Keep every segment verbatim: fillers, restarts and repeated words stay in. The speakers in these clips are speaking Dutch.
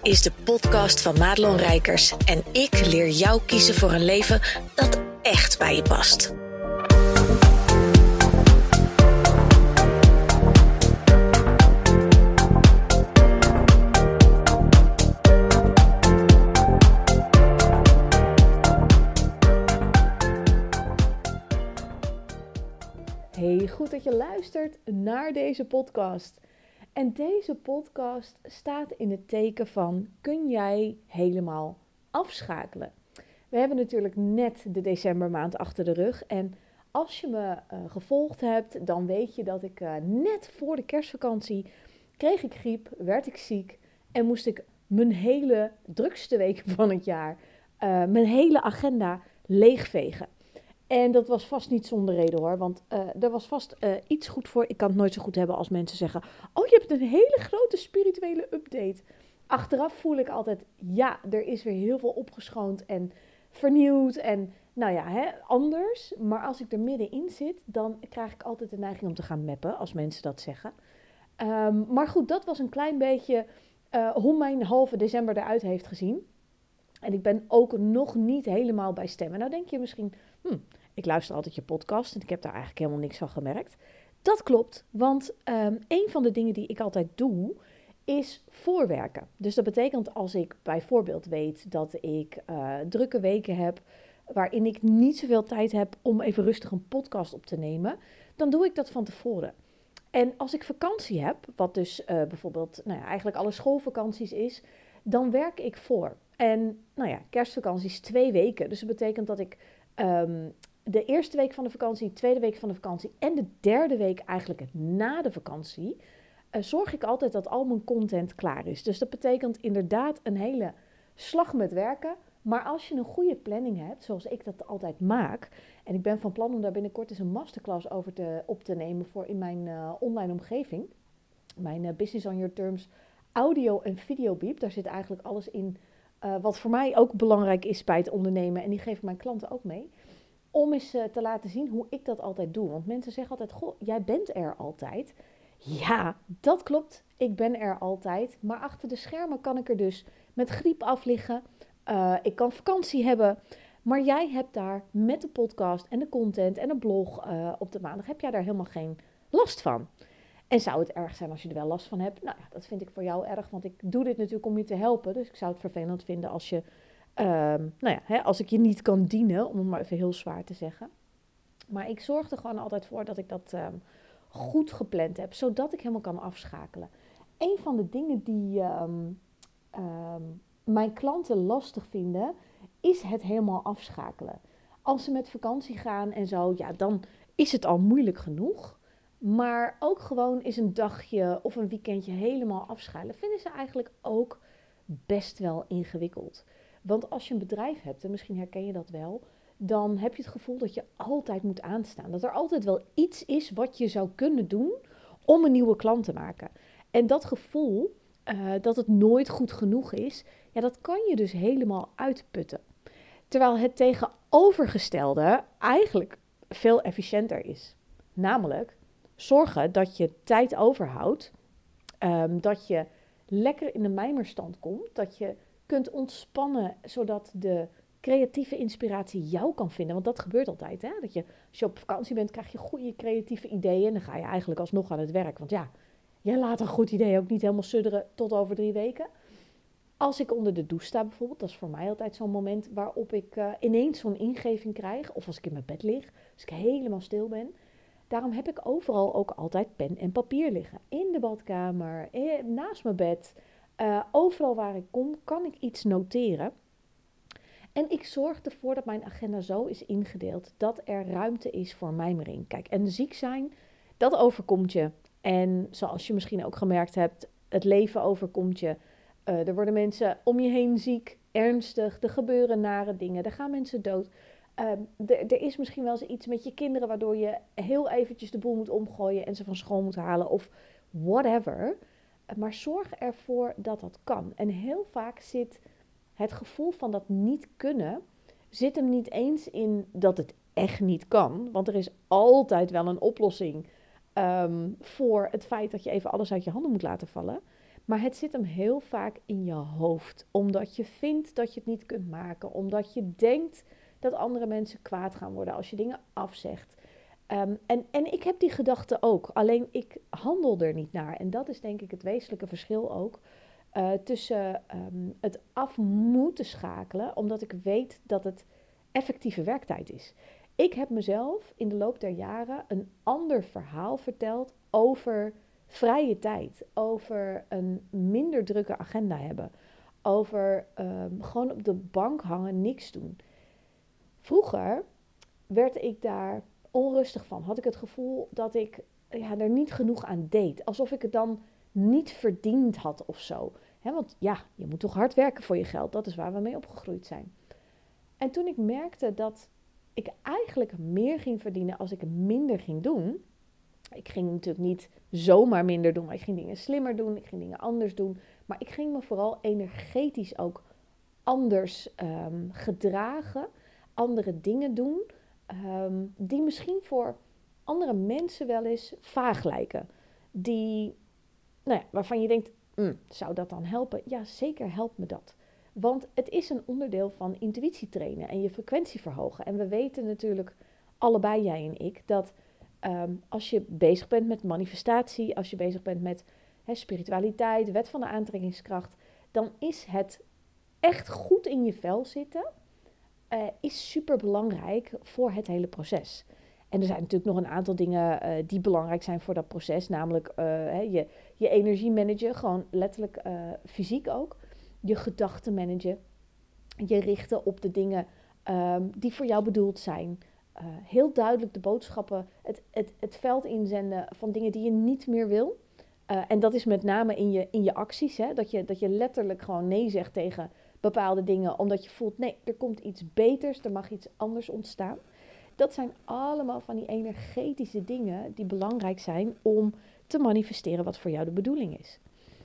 is de podcast van Madelon Rijkers en ik leer jou kiezen voor een leven dat echt bij je past. Hey, goed dat je luistert naar deze podcast. En deze podcast staat in het teken van: kun jij helemaal afschakelen? We hebben natuurlijk net de decembermaand achter de rug. En als je me uh, gevolgd hebt, dan weet je dat ik uh, net voor de kerstvakantie kreeg ik griep, werd ik ziek en moest ik mijn hele drukste week van het jaar, uh, mijn hele agenda leegvegen. En dat was vast niet zonder reden hoor, want uh, er was vast uh, iets goed voor. Ik kan het nooit zo goed hebben als mensen zeggen: oh, je hebt een hele grote spirituele update. Achteraf voel ik altijd, ja, er is weer heel veel opgeschoond en vernieuwd en nou ja, hè, anders. Maar als ik er middenin zit, dan krijg ik altijd de neiging om te gaan mappen, als mensen dat zeggen. Um, maar goed, dat was een klein beetje uh, hoe mijn halve december eruit heeft gezien. En ik ben ook nog niet helemaal bij stemmen. Nou denk je misschien, hmm, ik luister altijd je podcast en ik heb daar eigenlijk helemaal niks van gemerkt. Dat klopt, want um, een van de dingen die ik altijd doe, is voorwerken. Dus dat betekent als ik bijvoorbeeld weet dat ik uh, drukke weken heb, waarin ik niet zoveel tijd heb om even rustig een podcast op te nemen, dan doe ik dat van tevoren. En als ik vakantie heb, wat dus uh, bijvoorbeeld nou ja, eigenlijk alle schoolvakanties is, dan werk ik voor. En nou ja, kerstvakantie is twee weken. Dus dat betekent dat ik um, de eerste week van de vakantie, de tweede week van de vakantie en de derde week eigenlijk na de vakantie, uh, zorg ik altijd dat al mijn content klaar is. Dus dat betekent inderdaad een hele slag met werken. Maar als je een goede planning hebt, zoals ik dat altijd maak, en ik ben van plan om daar binnenkort eens een masterclass over te, op te nemen voor in mijn uh, online omgeving, mijn uh, Business on Your Terms audio- en videobiep, daar zit eigenlijk alles in uh, wat voor mij ook belangrijk is bij het ondernemen en die geef ik mijn klanten ook mee, om eens uh, te laten zien hoe ik dat altijd doe. Want mensen zeggen altijd, goh, jij bent er altijd. Ja, dat klopt, ik ben er altijd, maar achter de schermen kan ik er dus met griep af liggen. Uh, ik kan vakantie hebben, maar jij hebt daar met de podcast en de content en de blog uh, op de maandag, heb jij daar helemaal geen last van. En zou het erg zijn als je er wel last van hebt? Nou ja, dat vind ik voor jou erg, want ik doe dit natuurlijk om je te helpen. Dus ik zou het vervelend vinden als je, uh, nou ja, hè, als ik je niet kan dienen, om het maar even heel zwaar te zeggen. Maar ik zorg er gewoon altijd voor dat ik dat um, goed gepland heb, zodat ik helemaal kan afschakelen. Een van de dingen die um, um, mijn klanten lastig vinden, is het helemaal afschakelen. Als ze met vakantie gaan en zo, ja, dan is het al moeilijk genoeg. Maar ook gewoon is een dagje of een weekendje helemaal afschalen, vinden ze eigenlijk ook best wel ingewikkeld. Want als je een bedrijf hebt, en misschien herken je dat wel, dan heb je het gevoel dat je altijd moet aanstaan. Dat er altijd wel iets is wat je zou kunnen doen om een nieuwe klant te maken. En dat gevoel, uh, dat het nooit goed genoeg is, ja, dat kan je dus helemaal uitputten. Terwijl het tegenovergestelde eigenlijk veel efficiënter is. Namelijk zorgen dat je tijd overhoudt, um, dat je lekker in de mijmerstand komt, dat je kunt ontspannen, zodat de creatieve inspiratie jou kan vinden. Want dat gebeurt altijd, hè? Dat je, als je op vakantie bent, krijg je goede creatieve ideeën en dan ga je eigenlijk alsnog aan het werk. Want ja, jij laat een goed idee ook niet helemaal sudderen tot over drie weken. Als ik onder de douche sta bijvoorbeeld, dat is voor mij altijd zo'n moment waarop ik uh, ineens zo'n ingeving krijg. Of als ik in mijn bed lig, als ik helemaal stil ben. Daarom heb ik overal ook altijd pen en papier liggen. In de badkamer, in, naast mijn bed. Uh, overal waar ik kom, kan ik iets noteren. En ik zorg ervoor dat mijn agenda zo is ingedeeld dat er ruimte is voor mijmering. Kijk, en ziek zijn, dat overkomt je. En zoals je misschien ook gemerkt hebt, het leven overkomt je. Uh, er worden mensen om je heen ziek, ernstig, er gebeuren nare dingen, er gaan mensen dood. Um, er is misschien wel eens iets met je kinderen waardoor je heel eventjes de boel moet omgooien en ze van school moet halen of whatever. Maar zorg ervoor dat dat kan. En heel vaak zit het gevoel van dat niet kunnen, zit hem niet eens in dat het echt niet kan. Want er is altijd wel een oplossing um, voor het feit dat je even alles uit je handen moet laten vallen. Maar het zit hem heel vaak in je hoofd. Omdat je vindt dat je het niet kunt maken. Omdat je denkt dat andere mensen kwaad gaan worden als je dingen afzegt. Um, en, en ik heb die gedachte ook. Alleen ik handel er niet naar. En dat is denk ik het wezenlijke verschil ook. Uh, tussen um, het af moeten schakelen. Omdat ik weet dat het effectieve werktijd is. Ik heb mezelf in de loop der jaren een ander verhaal verteld over vrije tijd. Over een minder drukke agenda hebben. Over um, gewoon op de bank hangen, niks doen. Vroeger werd ik daar onrustig van. Had ik het gevoel dat ik ja, er niet genoeg aan deed. Alsof ik het dan niet verdiend had of zo. He, want ja, je moet toch hard werken voor je geld. Dat is waar we mee opgegroeid zijn. En toen ik merkte dat ik eigenlijk meer ging verdienen als ik minder ging doen. Ik ging natuurlijk niet zomaar minder doen, maar ik ging dingen slimmer doen. Ik ging dingen anders doen. Maar ik ging me vooral energetisch ook anders um, gedragen. Andere dingen doen. Um, die misschien voor andere mensen wel eens vaag lijken. Die, nou ja, waarvan je denkt, mm, zou dat dan helpen? Ja, zeker helpt me dat. Want het is een onderdeel van intuïtie trainen en je frequentie verhogen. En we weten natuurlijk, allebei jij en ik, dat um, als je bezig bent met manifestatie, als je bezig bent met he, spiritualiteit, wet van de aantrekkingskracht, dan is het echt goed in je vel zitten, uh, is super belangrijk voor het hele proces. En er zijn natuurlijk nog een aantal dingen uh, die belangrijk zijn voor dat proces, namelijk uh, he, je, je energie managen, gewoon letterlijk uh, fysiek ook. Je gedachten managen, je richten op de dingen um, die voor jou bedoeld zijn. Uh, heel duidelijk de boodschappen, het, het, het veld inzenden van dingen die je niet meer wil. Uh, en dat is met name in je, in je acties, hè? Dat je, dat je letterlijk gewoon nee zegt tegen bepaalde dingen, omdat je voelt, nee, er komt iets beters, er mag iets anders ontstaan. Dat zijn allemaal van die energetische dingen die belangrijk zijn om te manifesteren wat voor jou de bedoeling is.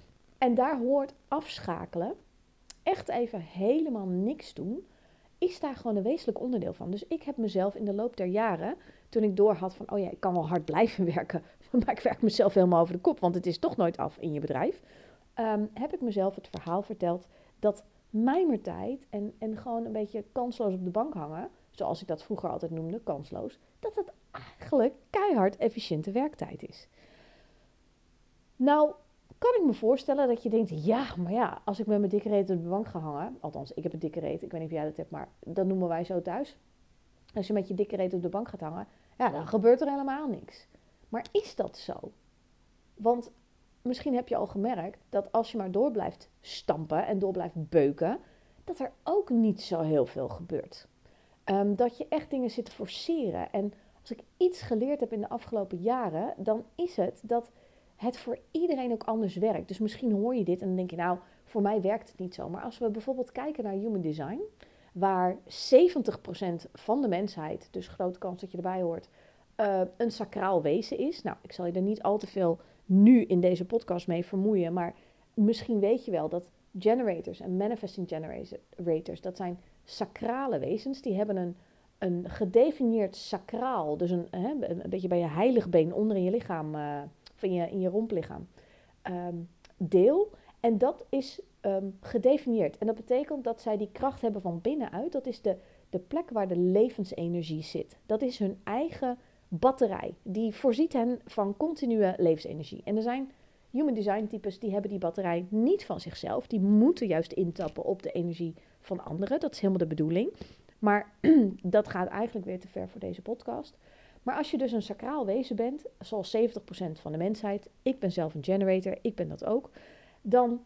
En daar hoort afschakelen, echt even helemaal niks doen, is daar gewoon een wezenlijk onderdeel van. Dus ik heb mezelf in de loop der jaren, toen ik doorhad van, oh ja, ik kan wel hard blijven werken, maar ik werk mezelf helemaal over de kop, want het is toch nooit af in je bedrijf, um, heb ik mezelf het verhaal verteld dat mijmertijd en, en gewoon een beetje kansloos op de bank hangen, zoals ik dat vroeger altijd noemde, kansloos, dat het eigenlijk keihard efficiënte werktijd is. Nou, kan ik me voorstellen dat je denkt, ja, maar ja, als ik met mijn dikke reet op de bank ga hangen, althans, ik heb een dikke reet, ik weet niet of jij dat hebt, maar dat noemen wij zo thuis. Als je met je dikke reet op de bank gaat hangen, ja, dan gebeurt er helemaal niks. Maar is dat zo? Want misschien heb je al gemerkt dat als je maar door blijft stampen en door blijft beuken, dat er ook niet zo heel veel gebeurt. Um, dat je echt dingen zit te forceren. En als ik iets geleerd heb in de afgelopen jaren, dan is het dat het voor iedereen ook anders werkt. Dus misschien hoor je dit en dan denk je, nou, voor mij werkt het niet zo. Maar als we bijvoorbeeld kijken naar human design, waar zeventig procent van de mensheid, dus grote kans dat je erbij hoort, uh, een sacraal wezen is. Nou, ik zal je er niet al te veel nu in deze podcast mee vermoeien, maar misschien weet je wel dat generators en manifesting generators, dat zijn sacrale wezens, die hebben een, een gedefinieerd sacraal, dus een, hè, een beetje bij je heiligbeen onder in je lichaam, uh, van je, in je romplichaam, um, deel. En dat is um, gedefinieerd. En dat betekent dat zij die kracht hebben van binnenuit. Dat is de, de plek waar de levensenergie zit. Dat is hun eigen batterij. Die voorziet hen van continue levensenergie. En er zijn human design types die hebben die batterij niet van zichzelf. Die moeten juist intappen op de energie van anderen. Dat is helemaal de bedoeling. Maar dat gaat eigenlijk weer te ver voor deze podcast. Maar als je dus een sacraal wezen bent, zoals zeventig procent van de mensheid, ik ben zelf een generator, ik ben dat ook, dan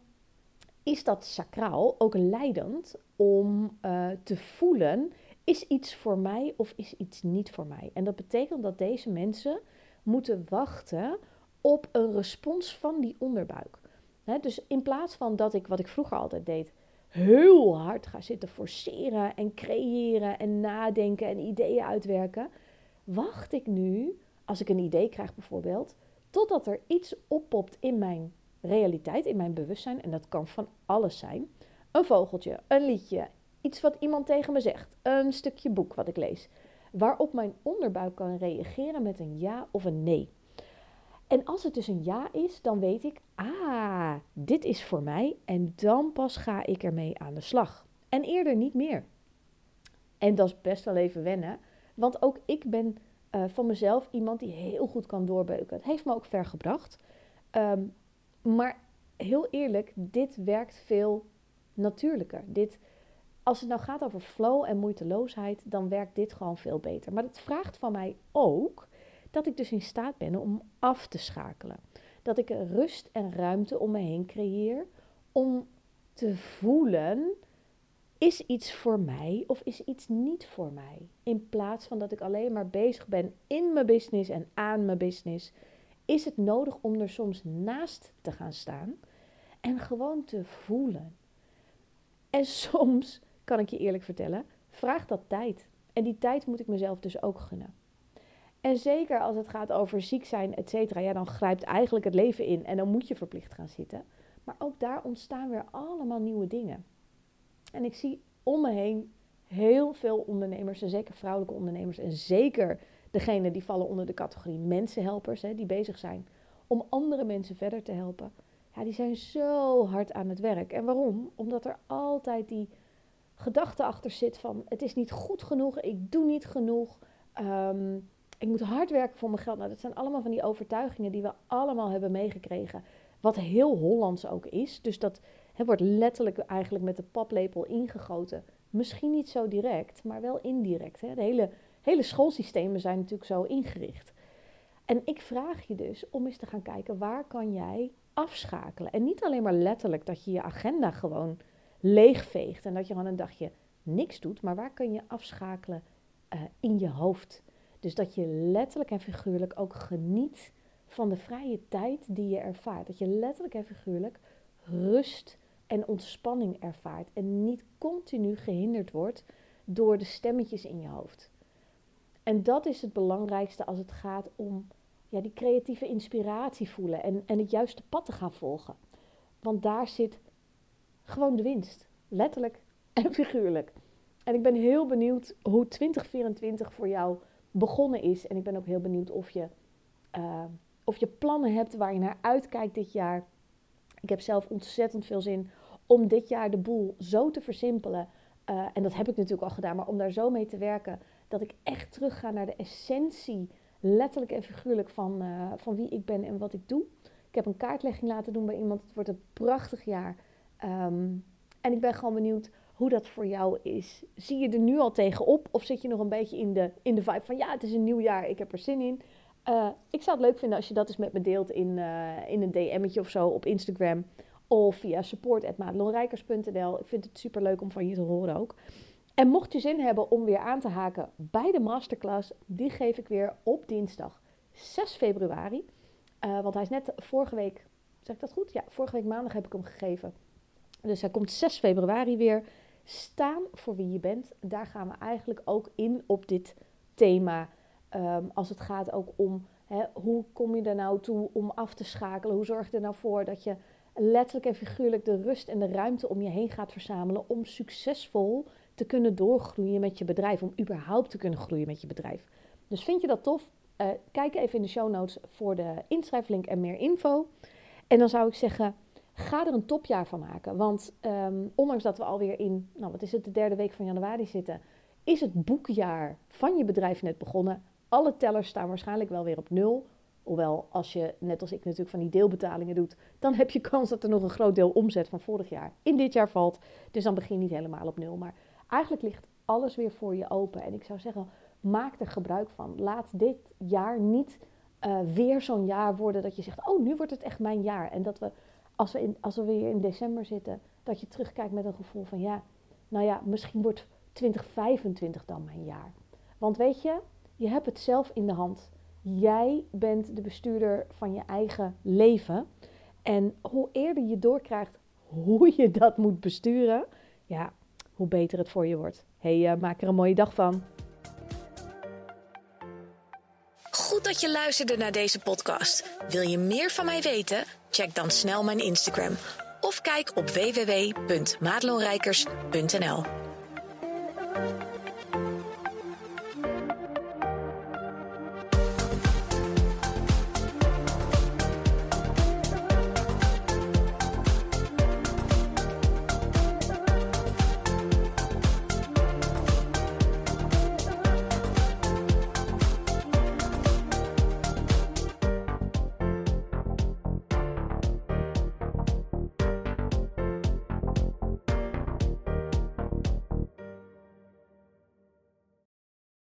is dat sacraal ook leidend om uh, te voelen, is iets voor mij of is iets niet voor mij? En dat betekent dat deze mensen moeten wachten op een respons van die onderbuik. He, dus in plaats van dat ik, wat ik vroeger altijd deed, heel hard ga zitten forceren en creëren en nadenken en ideeën uitwerken, wacht ik nu, als ik een idee krijg bijvoorbeeld, totdat er iets oppopt in mijn realiteit, in mijn bewustzijn. En dat kan van alles zijn. Een vogeltje, een liedje, iets wat iemand tegen me zegt, een stukje boek wat ik lees. Waarop mijn onderbuik kan reageren met een ja of een nee. En als het dus een ja is, dan weet ik, ah, dit is voor mij en dan pas ga ik ermee aan de slag. En eerder niet meer. En dat is best wel even wennen, want ook ik ben uh, van mezelf iemand die heel goed kan doorbeuken. Het heeft me ook ver gebracht. Um, maar heel eerlijk, dit werkt veel natuurlijker. Dit, als het nou gaat over flow en moeiteloosheid, dan werkt dit gewoon veel beter. Maar het vraagt van mij ook dat ik dus in staat ben om af te schakelen. Dat ik rust en ruimte om me heen creëer om te voelen, is iets voor mij of is iets niet voor mij? In plaats van dat ik alleen maar bezig ben in mijn business en aan mijn business, is het nodig om er soms naast te gaan staan en gewoon te voelen. En soms, kan ik je eerlijk vertellen, vraagt dat tijd. En die tijd moet ik mezelf dus ook gunnen. En zeker als het gaat over ziek zijn, et cetera, ja, dan grijpt eigenlijk het leven in en dan moet je verplicht gaan zitten. Maar ook daar ontstaan weer allemaal nieuwe dingen. En ik zie om me heen heel veel ondernemers, en zeker vrouwelijke ondernemers, en zeker degene die vallen onder de categorie mensenhelpers, hè, die bezig zijn om andere mensen verder te helpen. Ja, die zijn zo hard aan het werk. En waarom? Omdat er altijd die gedachte achter zit van, het is niet goed genoeg, ik doe niet genoeg, um, ik moet hard werken voor mijn geld. Nou, dat zijn allemaal van die overtuigingen die we allemaal hebben meegekregen. Wat heel Hollands ook is. Dus dat he, wordt letterlijk eigenlijk met de paplepel ingegoten. Misschien niet zo direct, maar wel indirect. Hè. De hele, hele schoolsystemen zijn natuurlijk zo ingericht. En ik vraag je dus om eens te gaan kijken, waar kan jij afschakelen? En niet alleen maar letterlijk dat je je agenda gewoon leegveegt en dat je gewoon een dagje niks doet, maar waar kun je afschakelen uh, in je hoofd? Dus dat je letterlijk en figuurlijk ook geniet van de vrije tijd die je ervaart. Dat je letterlijk en figuurlijk rust en ontspanning ervaart. En niet continu gehinderd wordt door de stemmetjes in je hoofd. En dat is het belangrijkste als het gaat om ja, die creatieve inspiratie voelen. En, en het juiste pad te gaan volgen. Want daar zit gewoon de winst. Letterlijk en figuurlijk. En ik ben heel benieuwd hoe twintig vierentwintig voor jou begonnen is. En ik ben ook heel benieuwd of je, uh, of je plannen hebt waar je naar uitkijkt dit jaar. Ik heb zelf ontzettend veel zin om dit jaar de boel zo te versimpelen. Uh, en dat heb ik natuurlijk al gedaan, maar om daar zo mee te werken dat ik echt terug ga naar de essentie, letterlijk en figuurlijk, van, uh, van wie ik ben en wat ik doe. Ik heb een kaartlegging laten doen bij iemand. Het wordt een prachtig jaar. Um, en ik ben gewoon benieuwd hoe dat voor jou is. Zie je er nu al tegenop of zit je nog een beetje in de, in de vibe van ja, het is een nieuw jaar, ik heb er zin in. Uh, ik zou het leuk vinden als je dat eens met me deelt in, uh, in een D M'tje of zo op Instagram of via support at madelonrijkers punt n l. Ik vind het superleuk om van je te horen ook. En mocht je zin hebben om weer aan te haken bij de masterclass, die geef ik weer op dinsdag zes februari. Uh, want hij is net vorige week, zeg ik dat goed? Ja, vorige week maandag heb ik hem gegeven. Dus hij komt zes februari weer. Staan voor wie je bent. Daar gaan we eigenlijk ook in op dit thema. Um, als het gaat ook om hè, hoe kom je er nou toe om af te schakelen? Hoe zorg je er nou voor dat je letterlijk en figuurlijk de rust en de ruimte om je heen gaat verzamelen om succesvol te kunnen doorgroeien met je bedrijf. Om überhaupt te kunnen groeien met je bedrijf. Dus vind je dat tof? Uh, kijk even in de show notes voor de inschrijflink en meer info. En dan zou ik zeggen, ga er een topjaar van maken. Want um, ondanks dat we alweer in, nou wat is het, de derde week van januari zitten, is het boekjaar van je bedrijf net begonnen. Alle tellers staan waarschijnlijk wel weer op nul. Hoewel, als je, net als ik natuurlijk, van die deelbetalingen doet, dan heb je kans dat er nog een groot deel omzet van vorig jaar in dit jaar valt. Dus dan begin je niet helemaal op nul. Maar eigenlijk ligt alles weer voor je open. En ik zou zeggen, maak er gebruik van. Laat dit jaar niet uh, weer zo'n jaar worden dat je zegt, oh, nu wordt het echt mijn jaar. En dat we, als we, in, als we weer in december zitten, dat je terugkijkt met een gevoel van, ja, nou ja, misschien wordt twintig vijfentwintig dan mijn jaar. Want weet je, je hebt het zelf in de hand. Jij bent de bestuurder van je eigen leven. En hoe eerder je doorkrijgt hoe je dat moet besturen, ja, hoe beter het voor je wordt. Hé, hey, uh, maak er een mooie dag van. Goed dat je luisterde naar deze podcast. Wil je meer van mij weten? Check dan snel mijn Instagram. Of kijk op w w w punt madelonrijkers punt n l.